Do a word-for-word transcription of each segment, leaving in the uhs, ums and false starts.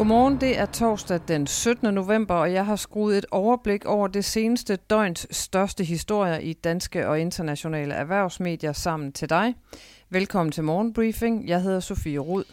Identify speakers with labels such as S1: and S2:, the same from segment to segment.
S1: Godmorgen, det er torsdag den syttende november, og jeg har skruet et overblik over det seneste døgns største historier i danske og internationale erhvervsmedier sammen til dig. Velkommen til Morgenbriefing. Jeg hedder Sofie Rud.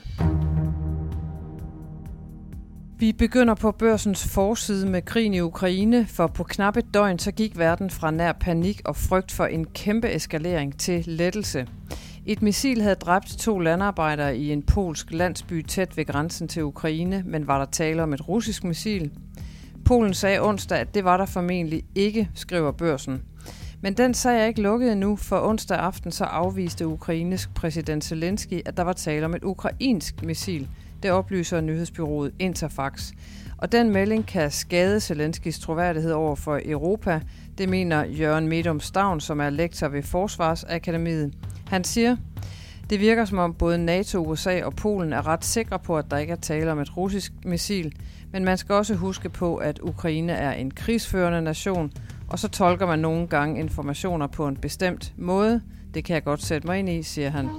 S1: Vi begynder på børsens forside med krigen i Ukraine, for på knap et døgn så gik verden fra nær panik og frygt for en kæmpe eskalering til lettelse. Et missil havde dræbt to landarbejdere i en polsk landsby tæt ved grænsen til Ukraine, men var der tale om et russisk missil? Polen sagde onsdag, at det var der formentlig ikke, skriver børsen. Men den sag er ikke lukket endnu, for onsdag aften så afviste Ukraines præsident Zelensky, at der var tale om et ukrainsk missil. Det oplyser nyhedsbureauet Interfax. Og den melding kan skade Zelenskys troværdighed over for Europa. Det mener Jørgen Medum Stavn, som er lektor ved Forsvarsakademiet. Han siger, det virker som om både NATO, U S A og Polen er ret sikre på, at der ikke er tale om et russisk missil. Men man skal også huske på, at Ukraine er en krigsførende nation, og så tolker man nogle gange informationer på en bestemt måde. Det kan jeg godt sætte mig ind i, siger han.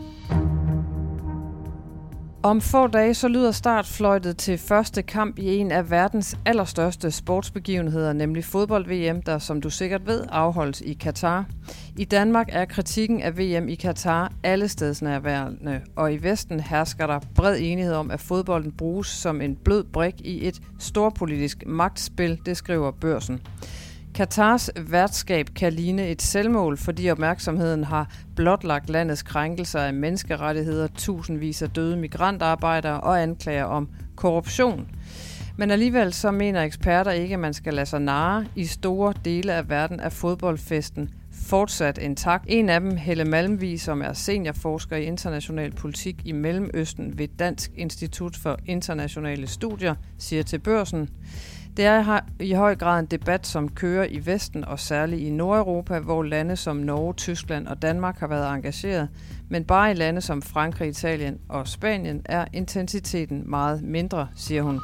S1: Om få dage så lyder startfløjtet til første kamp i en af verdens allerstørste sportsbegivenheder, nemlig fodbold-V M, der som du sikkert ved afholdes i Katar. I Danmark er kritikken af V M i Katar allestedsnærværende, og i Vesten hersker der bred enighed om, at fodbolden bruges som en blød brik i et storpolitisk magtspil, det skriver børsen. Katars værtskab kan ligne et selvmål, fordi opmærksomheden har blotlagt landets krænkelser af menneskerettigheder, tusindvis af døde migrantarbejdere og anklager om korruption. Men alligevel så mener eksperter ikke, at man skal lade sig narre. I store dele af verden er fodboldfesten fortsat intakt. En af dem, Helle Malmvig, som er seniorforsker i international politik i Mellemøsten ved Dansk Institut for Internationale Studier, siger til børsen: det er i høj grad en debat, som kører i Vesten og særligt i Nordeuropa, hvor lande som Norge, Tyskland og Danmark har været engageret. Men bare i lande som Frankrig, Italien og Spanien er intensiteten meget mindre, siger hun.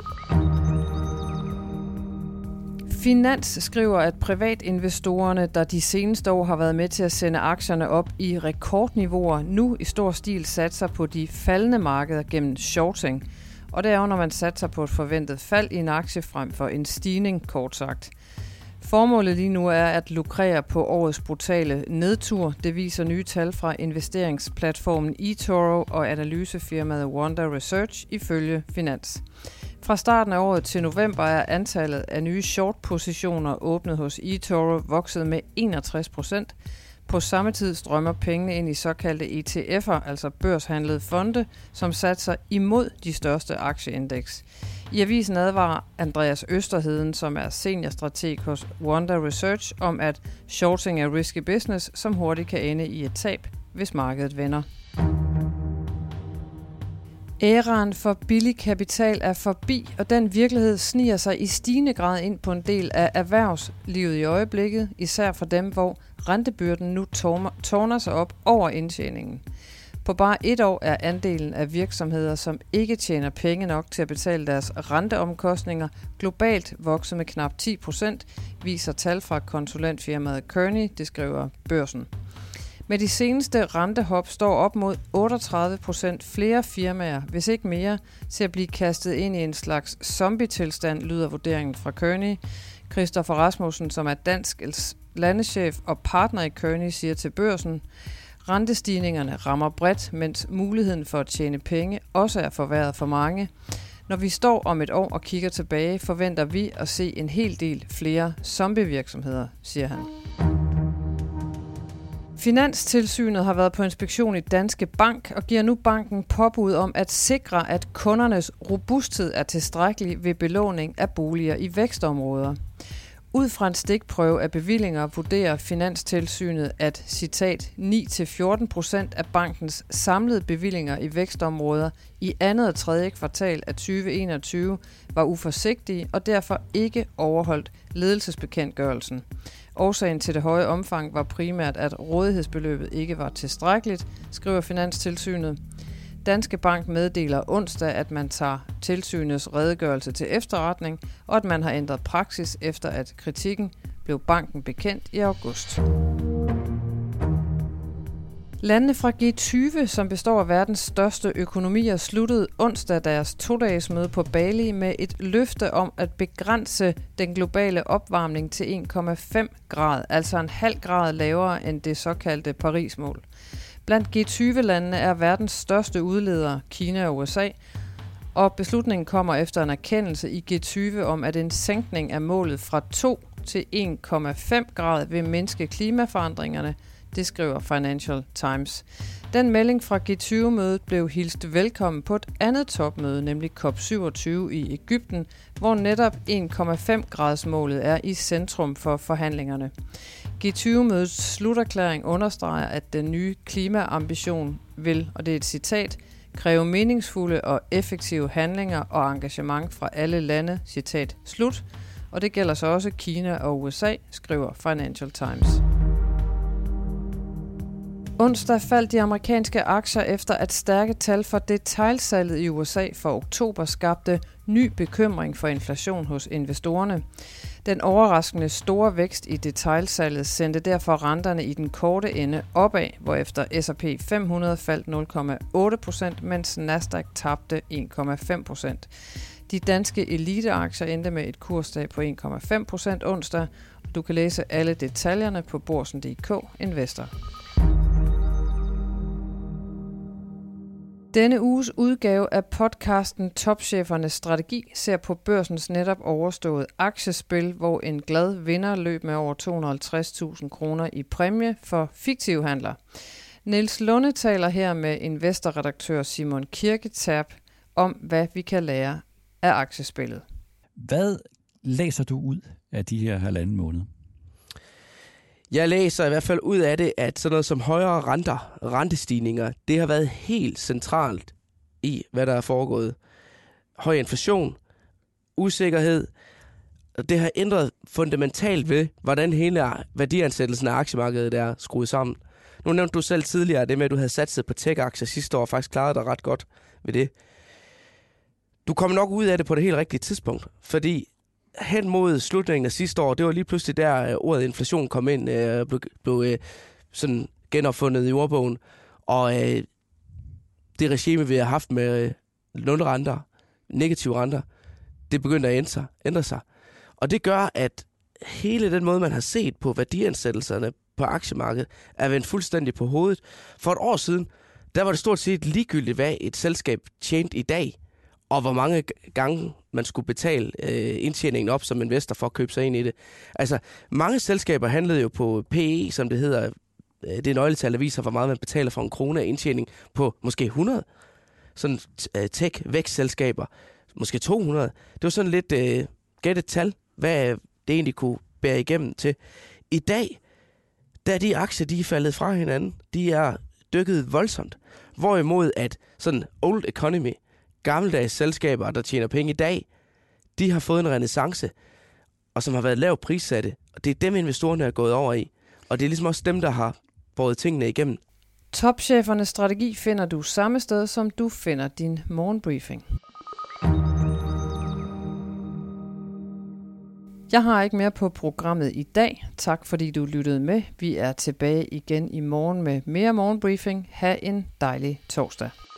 S1: Finans skriver, at privatinvestorerne, der de seneste år har været med til at sende aktierne op i rekordniveauer, nu i stor stil satser på de faldende markeder gennem shorting. Og det er jo, når man satser på et forventet fald i en aktie frem for en stigning, kort sagt. Formålet lige nu er at lukrere på årets brutale nedtur. Det viser nye tal fra investeringsplatformen eToro og analysefirmaet Wanda Research ifølge Finans. Fra starten af året til november er antallet af nye short-positioner åbnet hos eToro vokset med enogtres procent. På samme tid strømmer pengene ind i såkaldte E T F'er, altså børshandlede fonde, som satser imod de største aktieindeks. I avisen advarer Andreas Østerheden, som er seniorstrateg hos Wanda Research, om at shorting er risky business, som hurtigt kan ende i et tab, hvis markedet vender. Æraen for billig kapital er forbi, og den virkelighed sniger sig i stigende grad ind på en del af erhvervslivet i øjeblikket, især for dem, hvor rentebyrden nu tårner sig op over indtjeningen. På bare et år er andelen af virksomheder, som ikke tjener penge nok til at betale deres renteomkostninger, globalt vokset med knap ti procent, viser tal fra konsulentfirmaet Kearney, det skriver børsen. Med de seneste rentehop står op mod otteogtredive procent flere firmaer, hvis ikke mere, til at blive kastet ind i en slags zombie-tilstand, lyder vurderingen fra Kearney. Christoffer Rasmussen, som er dansk landeschef og partner i Kearney, siger til børsen: rentestigningerne rammer bredt, mens muligheden for at tjene penge også er forværret for mange. Når vi står om et år og kigger tilbage, forventer vi at se en hel del flere zombie-virksomheder, siger han. Finanstilsynet har været på inspektion i Danske Bank og giver nu banken påbud om at sikre, at kundernes robusthed er tilstrækkelig ved belåning af boliger i vækstområder. Ud fra en stikprøve af bevillinger vurderer Finanstilsynet, at citat ni til fjorten procent af bankens samlede bevillinger i vækstområder i andet og tredje kvartal af tyve enogtyve var uforsigtige og derfor ikke overholdt ledelsesbekendtgørelsen. Årsagen til det høje omfang var primært, at rådighedsbeløbet ikke var tilstrækkeligt, skriver Finanstilsynet. Danske Bank meddeler onsdag, at man tager tilsynets redegørelse til efterretning, og at man har ændret praksis efter, at kritikken blev banken bekendt i august. Landene fra G tyve, som består af verdens største økonomier, sluttede onsdag deres to-dages møde på Bali med et løfte om at begrænse den globale opvarmning til en komma fem grad, altså en halv grad lavere end det såkaldte Paris-mål. Blandt G tyve-landene er verdens største udledere Kina og U S A, og beslutningen kommer efter en erkendelse i G tyve om, at en sænkning af målet fra to til en komma fem grad vil mindske klimaforandringerne. Det skriver Financial Times. Den melding fra G tyve-mødet blev hilst velkommen på et andet topmøde, nemlig COP syvogtyve i Egypten, hvor netop en komma fem graders målet er i centrum for forhandlingerne. G tyve-mødets sluterklæring understreger, at den nye klimaambition vil, og det er et citat, kræve meningsfulde og effektive handlinger og engagement fra alle lande, citat slut, og det gælder så også Kina og U S A, skriver Financial Times. Onsdag faldt de amerikanske aktier efter at stærke tal for detailsalget i U S A for oktober skabte ny bekymring for inflation hos investorerne. Den overraskende store vækst i detailsalget sendte derfor renterne i den korte ende opad, hvorefter S og P fem hundrede faldt nul komma otte procent, mens Nasdaq tabte en komma fem procent. De danske eliteaktier endte med et kursdag på en komma fem procent onsdag. Du kan læse alle detaljerne på Børsen punktum d k Investor. Denne uges udgave af podcasten Topchefernes Strategi ser på børsens netop overstået aktiespil, hvor en glad vinder løb med over to hundrede og halvtreds tusind kroner i præmie for fiktive handler. Niels Lunde taler her med investorredaktør Simon Kirketerp om, hvad vi kan lære af aktiespillet.
S2: Hvad læser du ud af de her halvanden måned?
S3: Jeg læser i hvert fald ud af det, at sådan noget som højere renter, rentestigninger, det har været helt centralt i, hvad der er foregået. Høj inflation, usikkerhed, det har ændret fundamentalt ved, hvordan hele værdiansættelsen af aktiemarkedet er skruet sammen. Nu nævnte du selv tidligere det med, at du havde satset på tech-aktier sidste år, og faktisk klaret dig ret godt ved det. Du kom nok ud af det på det helt rigtige tidspunkt, fordi hen mod slutningen af sidste år, det var lige pludselig der ordet inflation kom ind og øh, blev, blev øh, sådan genopfundet i ordbogen. Og øh, det regime, vi har haft med øh, nulrenter, negative renter, det begyndte at ændre sig, ændre sig. Og det gør, at hele den måde, man har set på værdiansættelserne på aktiemarkedet, er vendt fuldstændig på hovedet. For et år siden, der var det stort set ligegyldigt, hvad et selskab tjente i dag, og hvor mange gange man skulle betale øh, indtjeningen op som investor for at købe sig ind i det. Altså, mange selskaber handlede jo på P E, som det hedder. Det er nøgletal, der viser, hvor meget man betaler for en krone af indtjening på måske hundrede. Sådan uh, tech-vækstselskaber, måske to hundrede. Det var sådan lidt uh, gættet tal, hvad det egentlig kunne bære igennem til. I dag, da de aktier, de er faldet fra hinanden, de er dykket voldsomt. Hvorimod at sådan old economy, gammeldags selskaber, der tjener penge i dag, de har fået en renaissance, og som har været lavt prissatte. Og det er dem, investorerne er gået over i. Og det er ligesom også dem, der har båret tingene igennem.
S1: Topchefernes strategi finder du samme sted, som du finder din morgenbriefing. Jeg har ikke mere på programmet i dag. Tak fordi du lyttede med. Vi er tilbage igen i morgen med mere morgenbriefing. Ha' en dejlig torsdag.